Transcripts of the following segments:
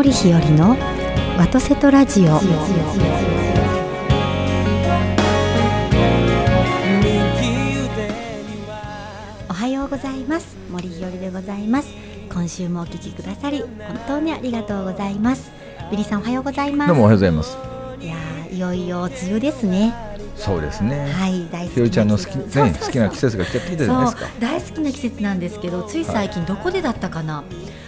森日和のワトセトラジオ。おはようございます。森日和でございます。今週もお聞きくださり本当にありがとうございます。ビリーさんおはようございます。 どうもおはようございます。 いよいよ梅雨ですね。 そうですね。 はい、大好きな季節。 ひよりちゃんの好きな季節が来てきたじゃないですか。 大好きな季節なんですけど、つい最近どこでだったかな、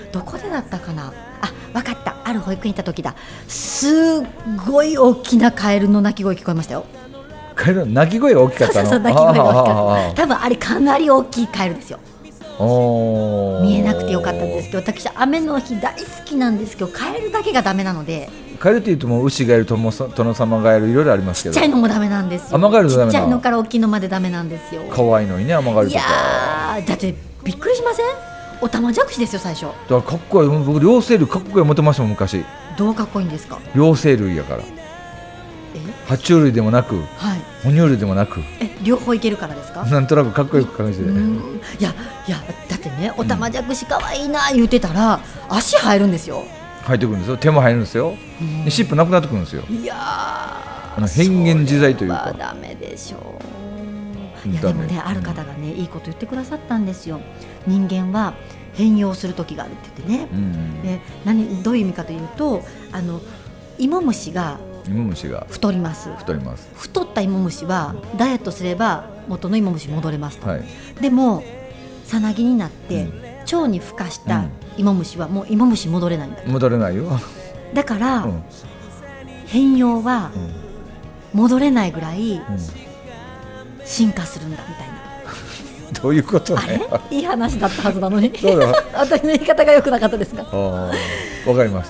わかった。ある保育園行った時だ。すっごい大きなカエルの鳴き声聞こえましたよ。 カエルの鳴き声が大きかったの。 そう鳴き声が大きかった。多分あれかなり大きいカエルですよ。見えなくてよかったんですけど、私雨の日大好きなんですけど、カエルだけがダメなので。 カエルっていうともう牛ガエル、殿様ガエルいろいろありますけど、 ちっちゃいのもダメなんですよ。 アマガエルダメなの。 ちっちゃいのから大きいのまでダメなんですよ。 可愛いのにね、アマガエルとか。 いやだってびっくりしません？おたまじゃくしですよ最初。だからかっこいい。僕両生類かっこいい思ってましたもん昔。 どうかっこいいんですか？両生類やから。爬虫類でもなく、はい、哺乳類でもなく、 両方いけるからですか？ なんとなくかっこよく感じて、 いやだってね、おたまじゃくしかわいいな言ってたら、足生えるんですよ。 生えてくるんですよ。手も生えるんですよ。で尻尾なくなってくるんですよ。 いや変幻自在というか。 ダメでしょう。いやでもね、ある方がね、いいこと言ってくださったんですよ。人間は変容する時があるって言ってね、でどういう意味かというと、芋虫が太ります。太った芋虫はダイエットすれば元の芋虫戻れますと、はい、でもさなぎになって、腸に孵化した芋虫はもう芋虫戻れないんだと。 戻れないよ。だから、変容は戻れないぐらい進化するんだみたいな。 どういうことね。 いい話だったはずなのに私の言い方が良くなかったですか？ わかりました。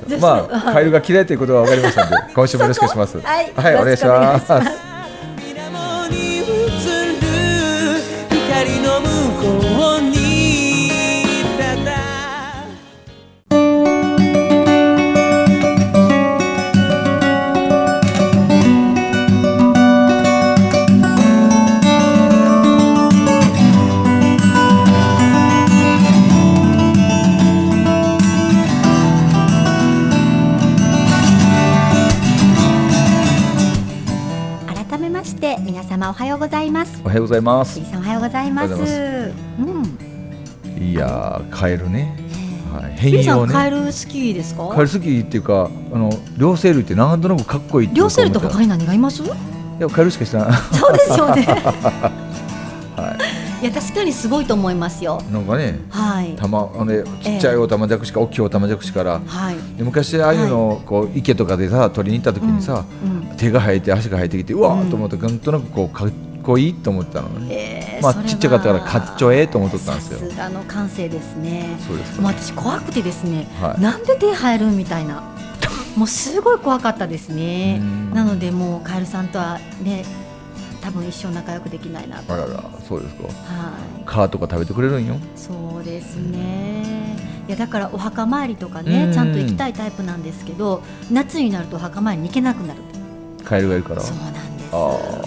カエルが嫌いということはわかりましたので、今週もよろしくお願いします。はい、お願いします。 皆様おはようございます。 おはようございます。 ビリーさんおはようございます。 いやカエルね。 変容ね。ビリーさんカエル好きですか？ カエル好きっていうか、両生類ってなんとなくかっこいいっていうか。 両生類と他に何がいます？いやカエルしか知らない。 そうですよね。いや確かにすごいと思いますよ。 なんかね、ちっちゃいオタマジャクシから大きいオタマジャクシから、で昔ああいうのをこう池とかでさ取りに行った時にさ、手が生えて足が生えてきてうわーと思ってなんとなくこうかっこいいと思ったのね。ちっちゃかったからかっちょええと思っとったんですよ。 さすがの感性ですね。 そうですか。 もう私怖くてですね、なんで手生えるみたいな、もうすごい怖かったですね。なのでもうカエルさんとはね、多分一生仲良くできないなと。 あらら、そうですか。皮とか食べてくれるんよ。 そうですね。いやだからお墓参りとかね、ちゃんと行きたいタイプなんですけど、夏になるとお墓参りに行けなくなる。 カエルがいるから。 そうなんです。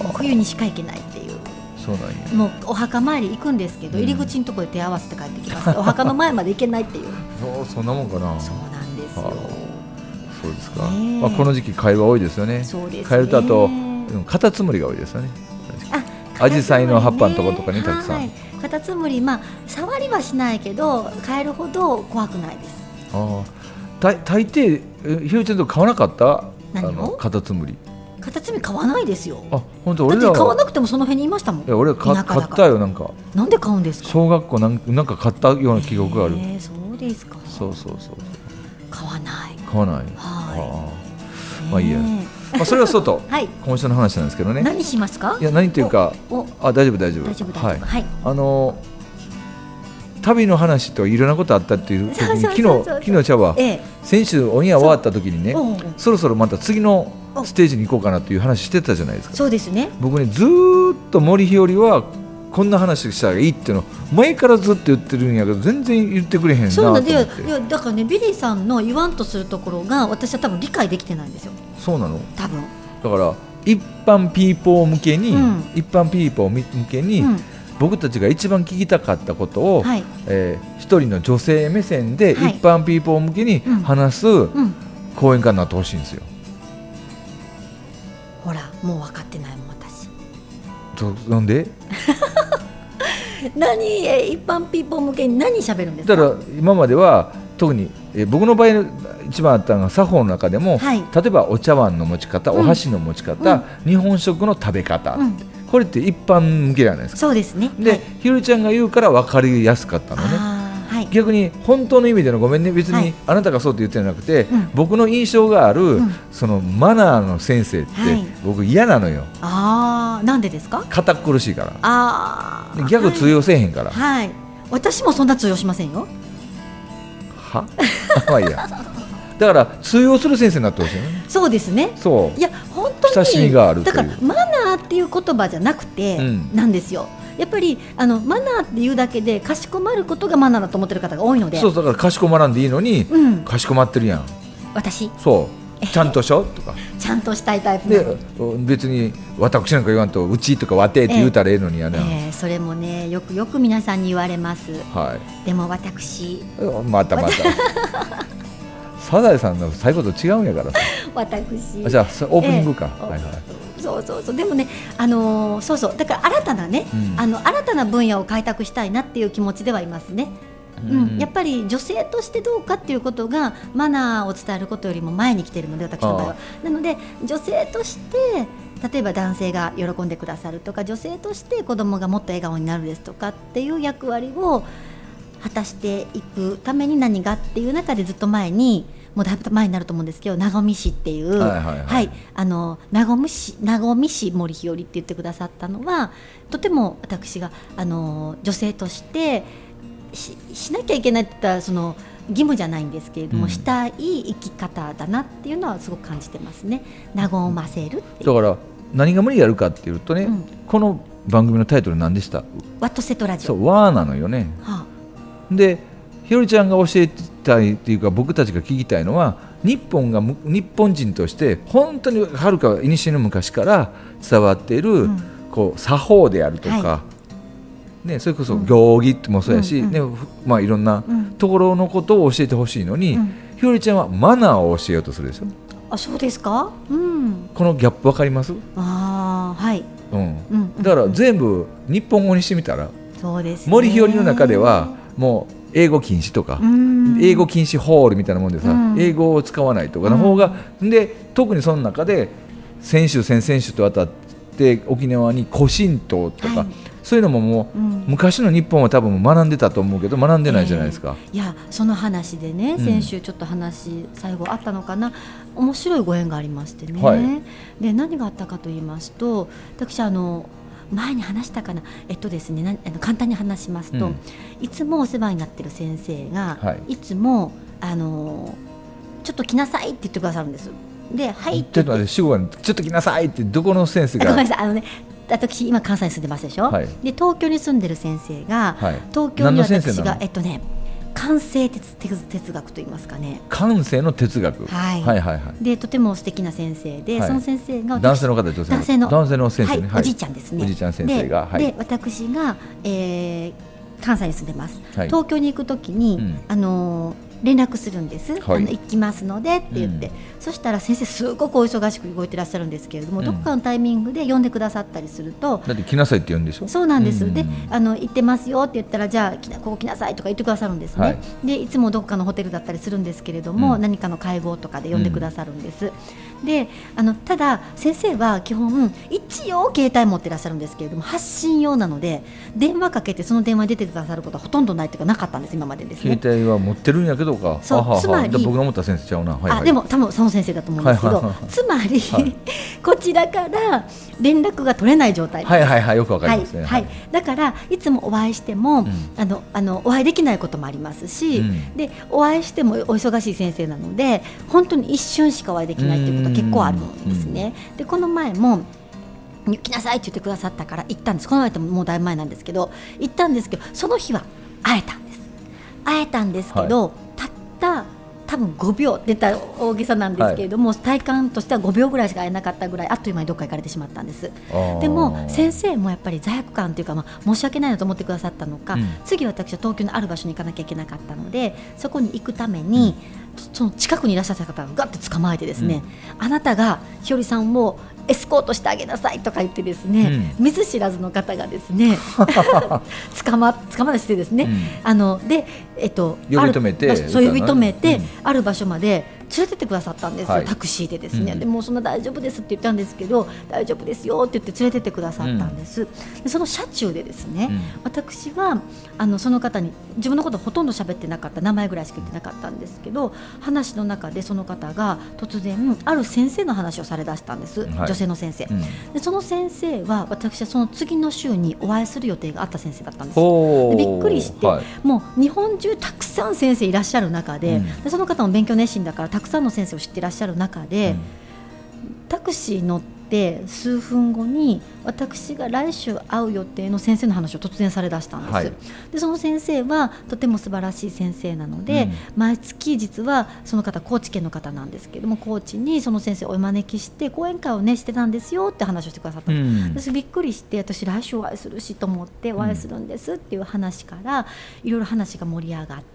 冬にしか行けないっていう。 そうなんや。 もうお墓参り行くんですけど、入り口のところで手合わせて帰ってきます。お墓の前まで行けないっていう。 そんなもんかな。 そうなんですよ。 そうですか。この時期カエルは多いですよね。 そうですね。 カエルとあとカタツムリが多いですよね。アジサイの葉っぱのところとかにたくさん。 カタツムリ、触りはしないけどカエルほど怖くないです。 大抵ひよりちゃんと買わなかった？カタツムリ。 カタツムリ買わないですよ。 本当。 だって買わなくてもその辺にいましたもん。 俺は買ったよ。なんで買うんですか？ 小学校なんか買ったような記憶がある。 そうですか。 そう。 買わない。 いいや。それはそうと、今週の話なんですけどね。 何しますか？ いや何というか、大丈夫。旅の話といろんなことあったっていう時に、昨日ちゃうわ、先週オンエア終わった時にね、そろそろまた次のステージに行こうかなっていう話してたじゃないですか。 そうですね。 僕ねずーっと森日和はこんな話したらいいっていうの前からずっと言ってるんやけど全然言ってくれへんなと思って。 いやだからね、ビリーさんの言わんとするところが私は多分理解できてないんですよ。 そうなの？ 多分だから一般ピーポー向けに、僕たちが一番聞きたかったことを、一人の女性目線で一般ピーポー向けに話す、 講演家になってほしいんですよ。 ほらもう分かってないもん私。 なんで一般ピーポー向けに何喋るんですか。 だから今までは特に僕の場合一番あったのが作法の中でも、はい、例えばお茶碗の持ち方、お箸の持ち方、日本食の食べ方、これって一般向けじゃないですか。 そうですね。 で、はい、ひろりちゃんが言うから分かりやすかったのね。はい、逆に本当の意味でのごめんね、別にあなたがそうって言ってなくて、僕の印象がある、そのマナーの先生って、僕嫌なのよ。 なんでですか。 堅苦しいから。逆通用せえへんから。 はい、私もそんな通用しませんよ。 まあいいや。だから通用する先生になってほしいよね。 そうですね。 そう。 いや本当に親しみがあるという。 だからマナーっていう言葉じゃなくて、なんですよ。やっぱりマナーっていうだけでかしこまることがマナーだと思ってる方が多いので。 そうだからかしこまらんでいいのに、かしこまってるやん。 私。 そう。ちゃんとしょとか。 ちゃんとしたいタイプで別に私なんか言わんとうちとかわてって言うたらええのにやね。 それもねよく皆さんに言われます。 はい。 でも私。 また。サザエさんの最後と違うんやからさ。 私。 じゃあオープニングか。はいはい。 そうでもねそうだから新たなね、新たな分野を開拓したいなっていう気持ちではいますね。やっぱり女性としてどうかっていうことがマナーを伝えることよりも前に来ているので私の場合は。なので女性として例えば男性が喜んでくださるとか女性として子供がもっと笑顔になるですとかっていう役割を果たしていくために何がっていう中でずっと前にもうだいぶ前になると思うんですけどなごみ市っていうなごみ市森ひよりって言ってくださったのはとても私が女性としてしなきゃいけないって言ったらその義務じゃないんですけれども、したい生き方だなっていうのはすごく感じてますね。和ませるっていう。 だから何が無理やるかっていうとね、この番組のタイトル何でした？ ワットセットラジオ。 そうワーなのよね。でひろりちゃんが教えたいっていうか僕たちが聞きたいのは日本人として本当にはるか古の昔から伝わっている、こう作法であるとか、ね、それこそ行儀もそうやし、ねまあ、いろんなところのことを教えてほしいのに、ひろりちゃんはマナーを教えようとするでしょ。 あ、そうですか。 このギャップわかります？ はい、 だから全部日本語にしてみたら、 そうですね、 森ひよりの中ではもう英語禁止とか英語禁止ホールみたいなもんでさ、英語を使わないとかの方が、で特にその中で先々週とわたって沖縄に古神道とか、そういうのももう、昔の日本は多分学んでたと思うけど学んでないじゃないですか。 いやその話でね、先週ちょっと話最後あったのかな、面白いご縁がありましてね、で何があったかと言いますと、私前に話したかな、ですね、簡単に話しますと、いつもお世話になっている先生が、いつもちょっと来なさいって言ってくださるんです。で、はいって言って、 ちょっと来なさいってどこの先生が？ ごめんなさい、私今関西に住んでますでしょ、で東京に住んでる先生が、東京に私が感性哲学といいますかね、 感性の哲学、 でとても素敵な先生で、その先生が男性の方、女性の男性の先生ね、 おじいちゃんですね。 おじいちゃん先生が、 で私が、関西に住んでます。東京に行くときに、連絡するんです、行きますのでって言って、そしたら先生すごくお忙しく動いてらっしゃるんですけれども、どこかのタイミングで呼んでくださったりすると、 だって来なさいって言うんでしょ。 そうなんです、で行ってますよって言ったら、じゃあここ来なさいとか言ってくださるんですね、でいつもどこかのホテルだったりするんですけれども、何かの会合とかで呼んでくださるんです、でただ先生は基本一応携帯持ってらっしゃるんですけれども、発信用なので電話かけてその電話に出てくださることはほとんどないというかなかったんです、今までですね。 携帯は持ってるんやけどか。 そう、つまり僕の思った先生ちゃうな、 でも多分その先生だと思うんですけど、つまり、こちらから連絡が取れない状態です。 よくわかりますね。 だからいつもお会いしても、お会いできないこともありますし、でお会いしてもお忙しい先生なので本当に一瞬しかお会いできないということは結構あるんですね。でこの前も来なさいって言ってくださったから行ったんです。この前ってもうだいぶ前なんですけど行ったんですけど、その日は会えたんですけど、たった多多分5秒出た大げさなんですけれども、体感としては5秒ぐらいしか会えなかったぐらいあっという間にどっか行かれてしまったんです。でも先生もやっぱり罪悪感というか、申し訳ないなと思ってくださったのか、次私は東京のある場所に行かなきゃいけなかったので、そこに行くために、その近くにいらっしゃった方がガッて捕まえてですね、あなたがひよりさんをエスコートしてあげなさいとか言ってですね、見ず知らずの方がですね捕ましてですね、で、 呼び止めて、 そう呼び止めて、ある場所まで連れてってくださったんですよ、タクシーでですね、でもうそんな大丈夫ですって言ったんですけど、大丈夫ですよって言って連れてってくださったんです、でその車中でですね、私はその方に自分のことほとんど喋ってなかった、名前ぐらいしか言ってなかったんですけど、話の中でその方が突然ある先生の話をされだしたんです、女性の先生、でその先生は私はその次の週にお会いする予定があった先生だったんです。でびっくりして、もう日本中たくさん先生いらっしゃる中で、その方も勉強熱心だからたくさんの先生を知っていらっしゃる中で、タクシー乗って数分後に私が来週会う予定の先生の話を突然されだしたんです、でその先生はとても素晴らしい先生なので、毎月実はその方高知県の方なんですけども、高知にその先生をお招きして講演会をねしてたんですよって話をしてくださった、私びっくりして、私来週お会いするしと思ってお会いするんですっていう話からいろいろ話が盛り上がって、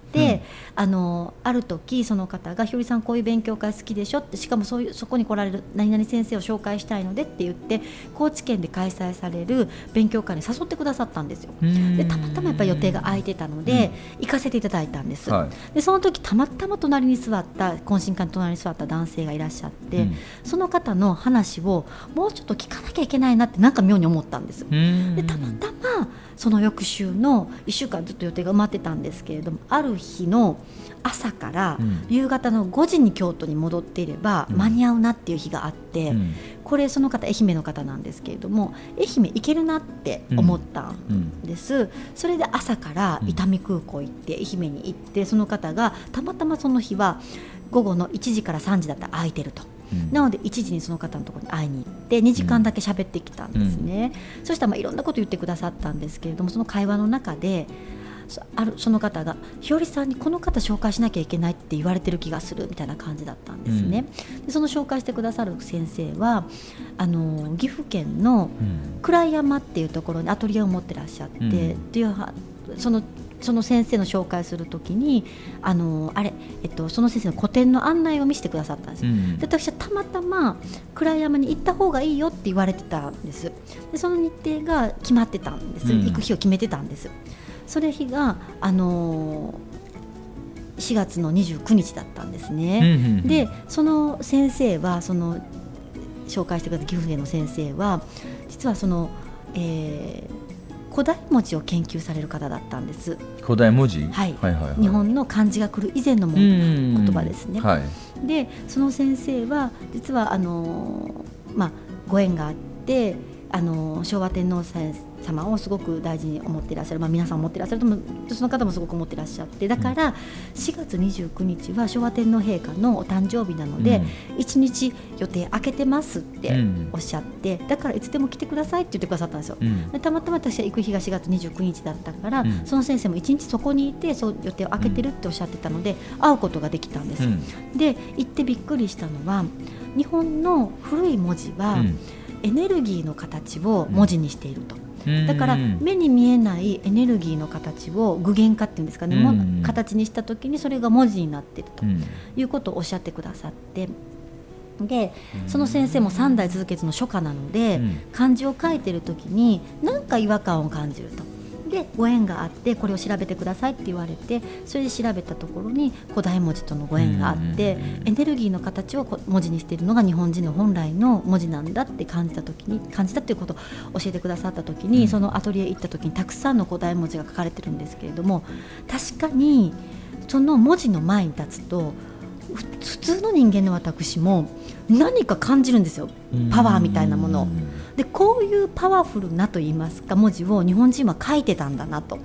ある時その方がひよりさんこういう勉強会好きでしょって、しかもそこに来られる何々先生を紹介したいのでって言って高知県で開催される勉強会に誘ってくださったんですよ。でたまたまやっぱり予定が空いてたので、行かせていただいたんです、でその時たまたま隣に座った懇親会の隣に座った男性がいらっしゃって、その方の話をもうちょっと聞かなきゃいけないなってなんか妙に思ったんです。でたまたまその翌週の1週間ずっと予定が埋まってたんですけれども、ある日の朝から夕方の5時に京都に戻っていれば間に合うなっていう日があって、これその方愛媛の方なんですけれども、愛媛行けるなって思ったんです、それで朝から伊丹空港行って愛媛に行って、その方がたまたまその日は午後の1時から3時だったら空いてると、なので1時にその方のところに会いに行って2時間だけ喋ってきたんですね、そしたらいろんなこと言ってくださったんですけれども、その会話の中でその方がひよりさんにこの方紹介しなきゃいけないって言われてる気がするみたいな感じだったんですね、でその紹介してくださる先生は岐阜県の倉山っていうところにアトリエを持ってらっしゃって、っていうその先生の紹介するときにその先生の個展の案内を見せてくださったんですよ、で私はたまたま倉山に行った方がいいよって言われてたんです。でその日程が決まってたんです、行く日を決めてたんです。それ日が、4月の29日だったんですね、でその先生はその紹介してくれた岐阜県の先生は実はその、古代文字を研究される方だったんです。 古代文字、 日本の漢字が来る以前の言葉ですね、でその先生は実はご縁があって昭和天皇様をすごく大事に思っていらっしゃる、皆さん思っていらっしゃると思う、その方もすごく思っていらっしゃって、だから4月29日は昭和天皇陛下のお誕生日なので、1日予定空けてますっておっしゃって、だからいつでも来てくださいって言ってくださったんですよ、でたまたま私は行く日が4月29日だったから、その先生も1日そこにいてそう予定を空けてるっておっしゃってたので、会うことができたんです、で行ってびっくりしたのは、日本の古い文字は、エネルギーの形を文字にしていると、だから目に見えないエネルギーの形を具現化っていうんですかね、形にした時にそれが文字になっているということをおっしゃってくださって、でその先生も3代続けての書家なので、漢字を書いている時に何か違和感を感じると、でご縁があってこれを調べてくださいって言われて、それで調べたところに古代文字とのご縁があって、エネルギーの形を文字にしているのが日本人の本来の文字なんだって感じたっていうことを教えてくださった時に、そのアトリエ行った時にたくさんの古代文字が書かれてるんですけれども、確かにその文字の前に立つと普通の人間の私も何か感じるんですよ、パワーみたいなもので、こういうパワフルなと言いますか文字を日本人は書いてたんだなと。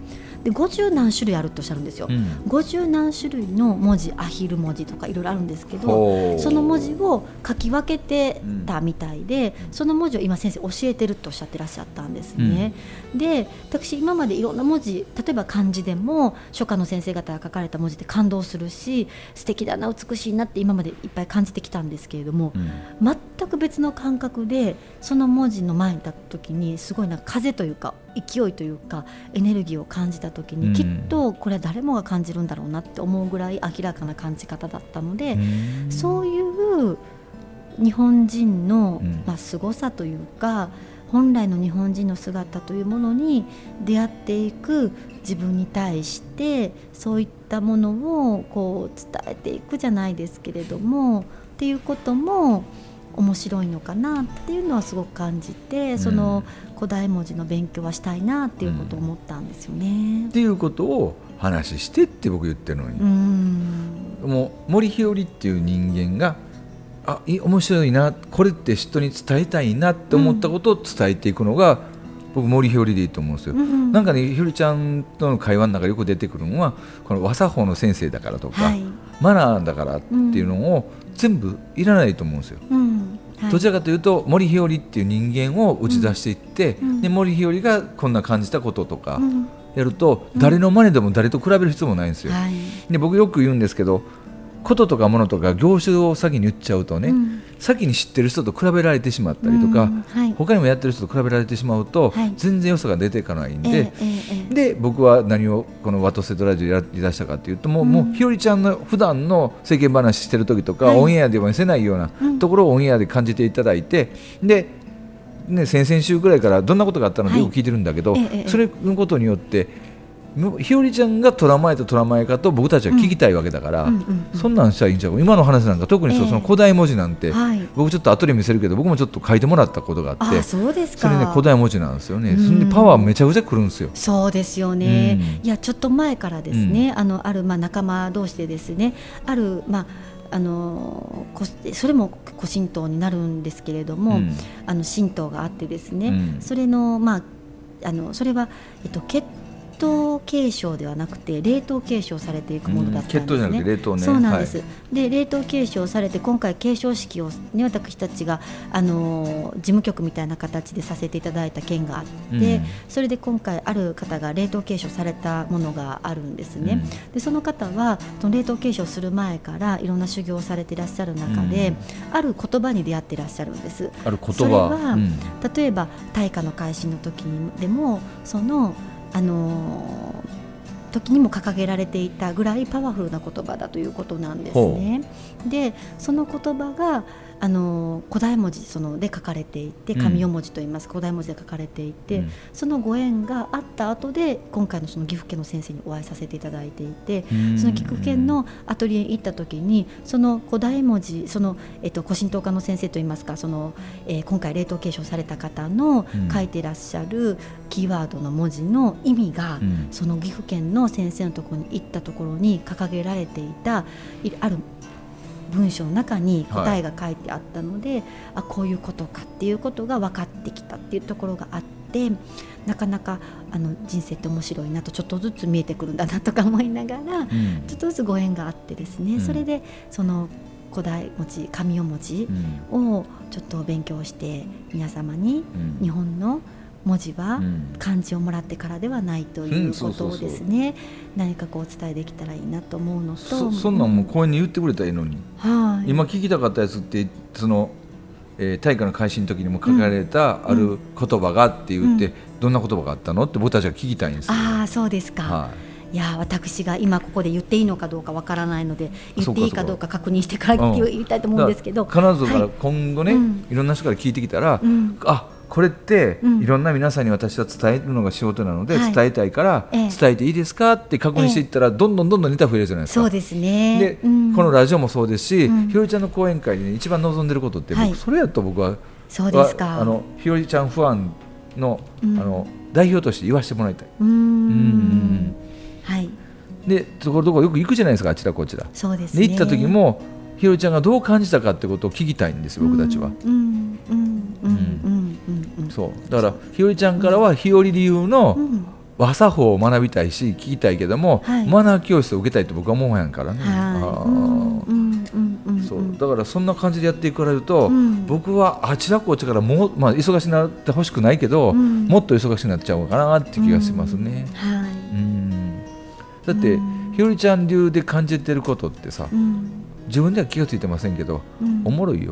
で50何種類あるとおっしゃるんですよ、50何種類の文字、アヒル文字とかいろいろあるんですけど、その文字を書き分けてたみたいで、その文字を今先生教えてるとおっしゃってらっしゃったんですね、で私今までいろんな文字、例えば漢字でも書家の先生方が書かれた文字って感動するし、素敵だな、美しいなって今までいっぱい感じてきたんですけれども、全く別の感覚でその文字の前に立った時にすごいなんか風というか勢いというかエネルギーを感じた時に、きっとこれは誰もが感じるんだろうなって思うぐらい明らかな感じ方だったので、そういう日本人の凄さというか、本来の日本人の姿というものに出会っていく自分に対して、そういったものをこう伝えていくじゃないですけれどもっていうことも面白いのかなっていうのはすごく感じて、その古代文字の勉強はしたいなっていうことを思ったんですよね、 っていうことを話してって僕言ってるのに、もう森日和っていう人間が面白いな、これって人に伝えたいなって思ったことを伝えていくのが、僕森日和でいいと思うんですよ、なんかね、ひよりちゃんとの会話の中でよく出てくるのは、この和作法の先生だからとか、マナーだからっていうのを全部いらないと思うんですよ、どちらかというと森日和っていう人間を打ち出していって、で森日和がこんな感じたこととかやると、誰の真似でも誰と比べる必要もないんですよ、で僕よく言うんですけど、こととかものとか業種を先に言っちゃうとね、先に知ってる人と比べられてしまったりとか、他にもやってる人と比べられてしまうと、全然良さが出ていかないんで、で僕は何をこのワトセットラジオやりだしたかというと、もうひよりちゃんの普段の世間話してる時とか、オンエアでは見せないようなところをオンエアで感じていただいて、で先々週ぐらいからどんなことがあったのでよく聞いてるんだけど、それのことによってひよりちゃんがトラマエとトラマエかと僕たちは聞きたいわけだから、そんなんしたらいいんちゃう。今の話なんか特にその古代文字なんて、僕ちょっと後で見せるけど、僕もちょっと書いてもらったことがあって、 そうですか。 それね古代文字なんですよね、それでパワーめちゃくちゃくるんですよ。 そうですよね、いやちょっと前からですね、ある仲間同士でですね、それも古神道になるんですけれども、神道があってですね、それのそれは血統継承ではなくて霊統継承されていくものだったんですね。 血統じゃなくて霊統ね。 そうなんです、で霊統継承されて、今回継承式を、ね、私たちが事務局みたいな形でさせていただいた件があって、それで今回ある方が霊統継承されたものがあるんですね、でその方はその霊統継承する前からいろんな修行をされていらっしゃる中で、ある言葉に出会っていらっしゃるんです。 ある言葉、 それは、例えば大化の改新の時にでもその時にも掲げられていたぐらいパワフルな言葉だということなんですね。でその言葉が古代文字で書かれていて、神代文字といいます、古代文字で書かれていて、そのご縁があった後で今回のその岐阜県の先生にお会いさせていただいていて、その岐阜県のアトリエに行った時に、その古代文字、古神道家の先生といいますか、今回霊統継承された方の書いていらっしゃるキーワードの文字の意味が、その岐阜県の先生のところに行ったところに掲げられていたある文章の中に答えが書いてあったので、こういうことかっていうことが分かってきたっていうところがあって、なかなか人生って面白いなとちょっとずつ見えてくるんだなとか思いながら、ちょっとずつご縁があってですね、それでその古代文字、神代文字をちょっと勉強して皆様に日本の文字は漢字をもらってからではないということをですね、何かこうお伝えできたらいいなと思うのと、 そんなんもう公園に言ってくれたらいいのに、今聞きたかったやつって、大化の改新の時にも書かれたある言葉がって言って、どんな言葉があったのって僕たちが聞きたいんですよ。 そうですか、いや私が今ここで言っていいのかどうかわからないので、言っていいかどうか確認してから言いたいと思うんですけど、 必ずから今後ね、いろんな人から聞いてきたら、これっていろんな皆さんに私は伝えるのが仕事なので、伝えたいから伝えていいですかって確認していったら、どんどんネタ増えるじゃないですか。 そうですね。 で、このラジオもそうですし、ひよりちゃんの講演会で、一番望んでることって、それやと僕はそうですか、 ひよりちゃんファンの、代表として言わせてもらいたい。でところどころよく行くじゃないですか、あちらこちら。 そうですね。 で行った時もひよりちゃんがどう感じたかってことを聞きたいんですよ、僕たちは。そうだからひよりちゃんからはひより流の和作法を学びたいし聞きたいけども、マナー教室を受けたいと僕は思うやんからね。そうだからそんな感じでやっていかれると、僕はあちらこちらからもう、忙しくなってほしくないけど、もっと忙しくなっちゃうのかなって気がしますね。だってひよりちゃん流で感じてることってさ、自分では気がついてませんけど、おもろいよ。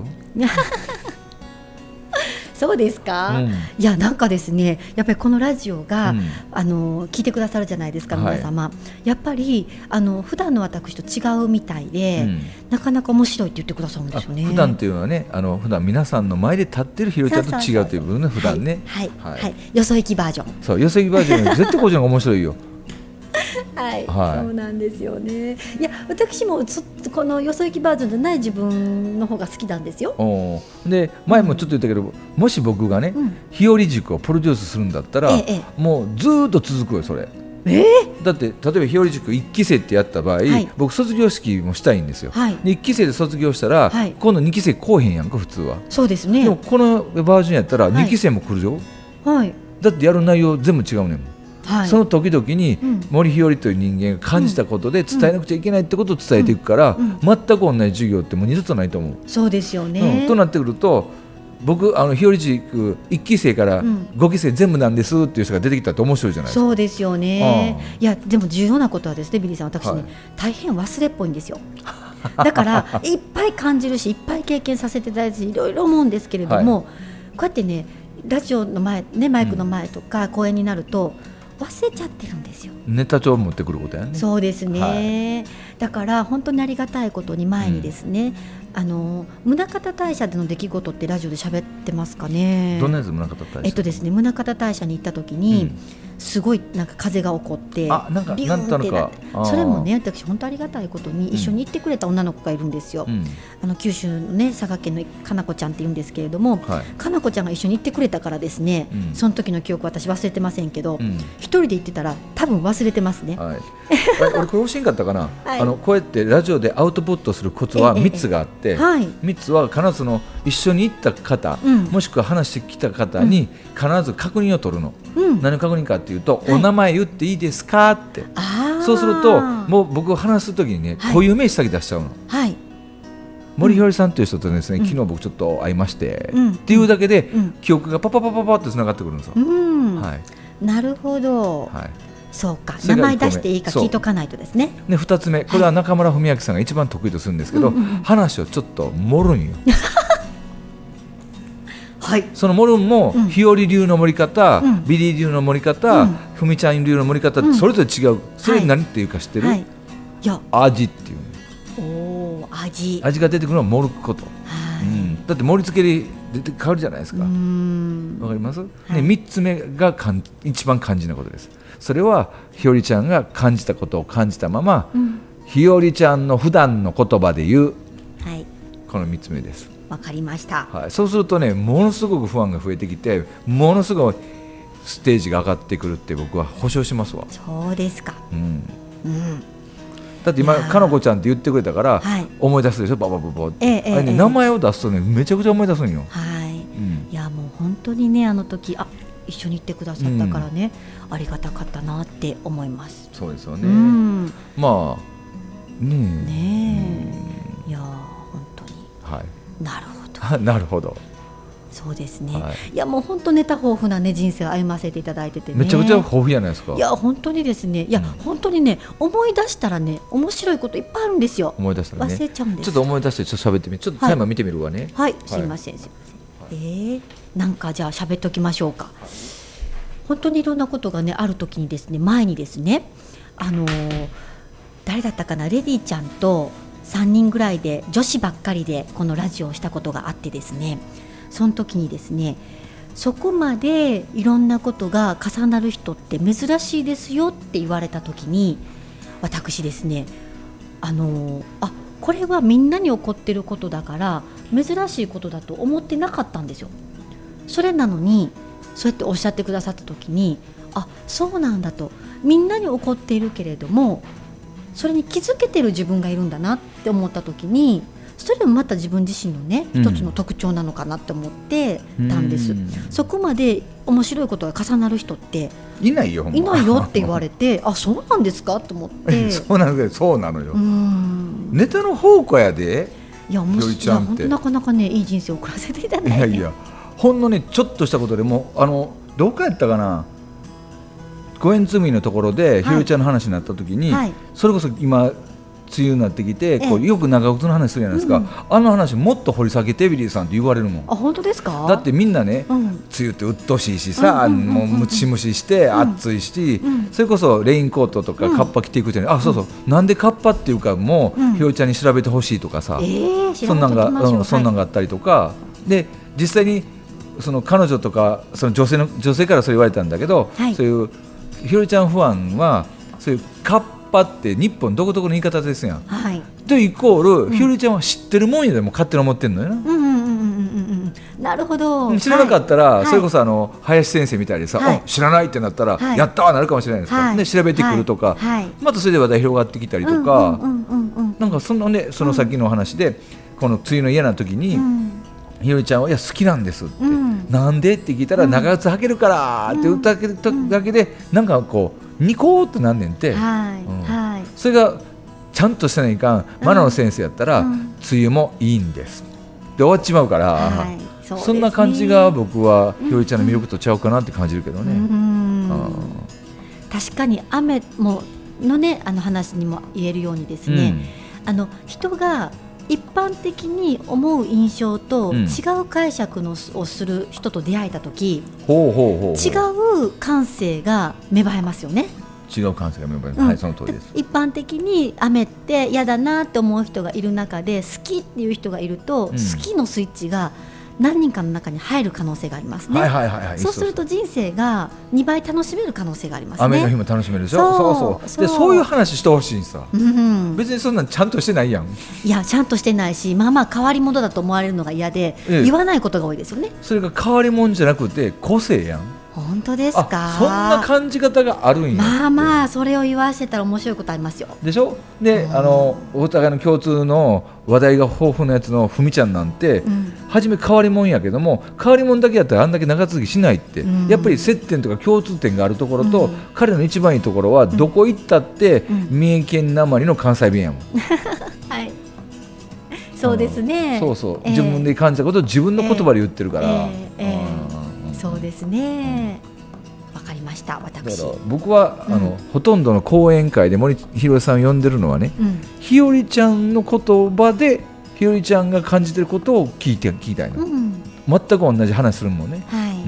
そうですか、いやなんかですね、やっぱりこのラジオが、聞いてくださるじゃないですか皆様、やっぱり普段の私と違うみたいで、なかなか面白いって言ってくださるんですよね。 普段っていうのはね、普段皆さんの前で立ってるひろちゃんと違うという部分ね、普段ね、 よそ行きバージョン、 そうよそ行きバージョン絶対こっちの方が面白いよ。 そうなんですよね。いや私もこのよそ行きバージョンじゃない自分の方が好きなんですよ。 で前もちょっと言ったけど、もし僕がね、日和塾をプロデュースするんだったら、もうずっと続くよそれ。だって例えば日和塾1期生ってやった場合、僕卒業式もしたいんですよ。で1期生で卒業したら、今度2期生来おへんやんか普通は。 そうですね。 でもこのバージョンやったら2期生も来るよ。だってやる内容全部違うねん。その時々に森日和という人間が感じたことで伝えなくちゃいけないってことを伝えていくから、全く同じ授業ってもう二度とないと思う。 そうですよね。 となってくると、僕日和塾1期生から5期生全部なんですっていう人が出てきたって面白いじゃないですか。 そうですよね。いやでも重要なことはですね、ビリーさん、私ね、大変忘れっぽいんですよ。だからいっぱい感じるし、いっぱい経験させていただいていろいろ思うんですけれども、こうやってねラジオの前ね、マイクの前とか講演になると忘れちゃってるんですよ。 ネタ帳を持ってくることやね。 そうですね、だから本当にありがたいことに前にですね、宗像大社での出来事ってラジオで喋ってますかね。 どんなやつ？宗像大社。 ですね、宗像大社に行った時に、すごいなんか風が起こってビューンってなって、それもね私本当ありがたいことに一緒に行ってくれた女の子がいるんですよ。九州のね佐賀県のかなこちゃんって言うんですけれども、かなこちゃんが一緒に行ってくれたからですね、その時の記憶私忘れてませんけど、一人で行ってたら多分忘れてますね。 俺これ教えんかったかな。こうやってラジオでアウトプットするコツは3つがあって、3つは必ず一緒に行った方、もしくは話してきた方に必ず確認を取るの。何を確認かっていうと、お名前言っていいですかって。そうするともう僕話す時にね、固有名詞先出しちゃうの。森ひよりさんという人とですね、昨日僕ちょっと会いまして、っていうだけで、記憶がパパパパパってつながってくるんですよ。 なるほど。そうか、名前出していいか聞いとかないとですね。 で2つ目、これは中村文明さんが一番得意とするんですけど、話をちょっと盛るんよ。その盛るんも日和流の盛り方、ビリー流の盛り方、ふみちゃん流の盛り方ってそれぞれ違う。それ何っていうか知ってる？味っていう。味が出てくるのは盛ること。だって盛り付けで出て変わるじゃないですか。わかります？3つ目が一番肝心なことです。それはひよりちゃんが感じたことを感じたまま、ひよりちゃんの普段の言葉で言う、この3つ目です。 わかりました。 そうするとね、ものすごく不安が増えてきて、ものすごいステージが上がってくるって僕は保証しますわ。 そうですか。 だって今かのこちゃんって言ってくれたから思い出すでしょ、ババババって。名前を出すとね、めちゃくちゃ思い出すんよ。いやもう本当にね、あの時一緒に行ってくださったからね、ありがたかったなって思います。 そうですよね。まあねえ、いや本当に、なるほどなるほど。 そうですね、いやもう本当ネタ豊富なね人生を歩ませていただいててね、 めちゃくちゃ豊富じゃないですか。 いや本当にですね、いや本当にね、思い出したらね面白いこといっぱいあるんですよ。 思い出したらね、 忘れちゃうんです。 ちょっと思い出してちょっと喋ってみ、ちょっとタイマー見てみるわね。 すいませんすいません。なんかじゃあ喋っておきましょうか。本当にいろんなことがねある時にですね、前にですね、誰だったかな、レディちゃんと3人ぐらいで女子ばっかりでこのラジオをしたことがあってですね、その時にですね、そこまでいろんなことが重なる人って珍しいですよって言われた時に、私ですね、これはみんなに起こってることだから珍しいことだと思ってなかったんですよ。それなのにそうやっておっしゃってくださった時に、そうなんだと、みんなに起こっているけれどもそれに気づけてる自分がいるんだなって思った時に、 それもまた自分自身のね一つの特徴なのかなって思ってたんです、そこまで面白いことが重なる人っていないよって言われてあ、そうなんですかと思ってそうなのよ。ネタの宝庫やで。 いや、もし本当なかなかねいい人生を送らせていただいて、 いやほんのねちょっとしたことでもどこやったかな、五円積みのところでひよりちゃんの話になった時に、それこそ今梅雨になってきてこうよく長靴の話するじゃないですか、あの話もっと掘り下げてビリーさんって言われるもん。 あ、本当ですか。 だってみんなね、梅雨って鬱陶しいしさ、もうムシムシして暑いし、それこそレインコートとかカッパ着ていくじゃない、そうそう、なんでカッパっていうかもうひよりちゃんに調べてほしいとかさ、そんなんがあったりとかで、実際にその彼女とかその女性からそう言われたんだけど、そういうひよりちゃんファンはそういうカッパって日本独特の言い方ですやん、とイコールひよりちゃんは知ってるもんやでも勝手に思ってんのよな。 なるほど。 知らなかったら、それこそ林先生みたいにさ、知らないってなったら、やったーなるかもしれないですから、で調べてくるとか、またそれで話題広がってきたりとか、なんかその先の話でこの梅雨の嫌な時に、ひよりちゃんは、いや好きなんですって、なんでって聞いたら、長靴履けるからって言っただけで、なんかこうニコーってなんねんて、それがちゃんとしてないかん、マナの先生やったら、梅雨もいいんですで終わっちまうから、そんな感じが僕はひよりちゃんの魅力とちゃうかなって感じるけどね。 確かに雨ものね、話にも言えるようにですね、人が一般的に思う印象と違う解釈をする人と出会えた時、違う感性が芽生えますよね。 違う感性が芽生えます、その通りです。 一般的に雨って嫌だなって思う人がいる中で、好きっていう人がいると、好きのスイッチが何人かの中に入る可能性がありますね。そうすると人生が2倍楽しめる可能性がありますね。 雨の日も楽しめるでしょ。そういう話してほしいさ、別にそんなんちゃんとしてないやん。 いや、ちゃんとしてないし、まあ変わり者だと思われるのが嫌で、言わないことが多いですよね。 それが変わり者じゃなくて個性やん。 本当ですか。 そんな感じ方があるんや。 まあそれを言わせたら面白いことありますよ。 でしょ。で、お互いの共通の話題が豊富なやつのふみちゃんなんて、初め変わり者やけども、変わり者だけやったらあんだけ長続きしないって、やっぱり接点とか共通点があるところと、彼の一番いいところは、どこ行ったって、三重県なまりの関西弁やもん。 はい、そうですね。 自分で感じたことを自分の言葉で言ってるから。 そうですね。わかりました。私僕はほとんどの講演会で森ひろさんを呼んでるのはね、ひよりちゃんの言葉でひよりちゃんが感じてることを聞きたいの、全く同じ話するもんね、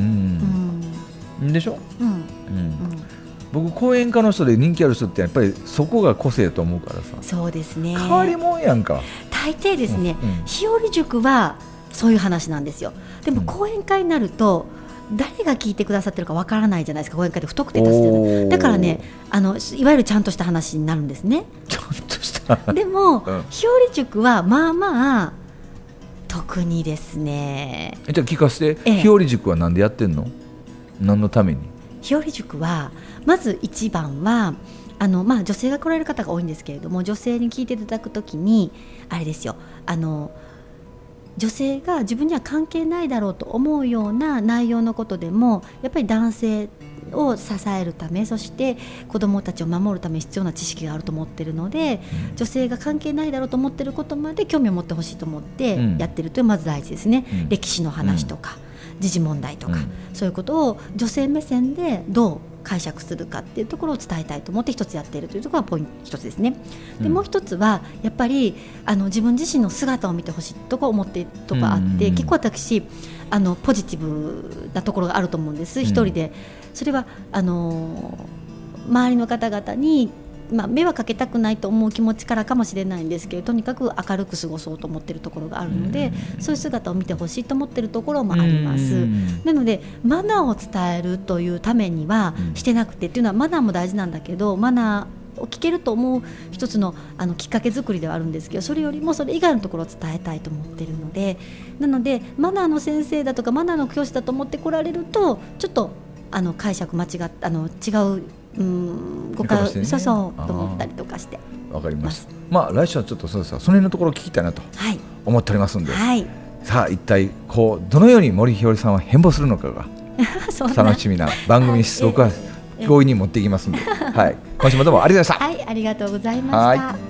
でしょ、僕講演家の人で人気ある人ってやっぱりそこが個性だと思うからさ。 そうですね。 変わりもんやんか。 大抵ですね、ひより塾はそういう話なんですよ。でも講演会になると誰が聞いてくださってるかわからないじゃないですか。講演会で不特定多数だからね、いわゆるちゃんとした話になるんですね。 ちゃんとしたでも、ひより塾はまあ特にですね。 じゃあ聞かせて、ひより塾は何でやってんの？何のために？ ひより塾はまず一番は女性が来られる方が多いんですけれども、女性に聞いていただくときにあれですよ、女性が自分には関係ないだろうと思うような内容のことでも、やっぱり男性を支えるため、そして子どもたちを守るために必要な知識があると思っているので、女性が関係ないだろうと思っていることまで興味を持ってほしいと思ってやってるというまず大事ですね。歴史の話とか、時事問題とか、そういうことを女性目線でどう解釈するかっていうところを伝えたいと思って一つやっているというところがポイント一つですね。でもう一つはやっぱり自分自身の姿を見てほしいとか思っているとかあって、結構私ポジティブなところがあると思うんです。一人でそれは周りの方々に迷惑かけたくないと思う気持ちからかもしれないんですけど、とにかく明るく過ごそうと思っているところがあるので、そういう姿を見てほしいと思っているところもあります。なのでマナーを伝えるというためにはしてなくて、っていうのはマナーも大事なんだけど、マナーを聞けると思う一つのきっかけ作りではあるんですけど、それよりもそれ以外のところを伝えたいと思っているので、なのでマナーの先生だとかマナーの教師だと思って来られると、ちょっと解釈間違っ違う誤解をそうと思ったりとかして。 わかります。来週はちょっとその辺のところを聞きたいなと思っておりますんで、 はい、 さあ一体こうどのように森ひよりさんは変貌するのかが楽しみな番組に僕は強引に持っていきますんで、はい、今週もどうもありがとうございました。 はい、ありがとうございました。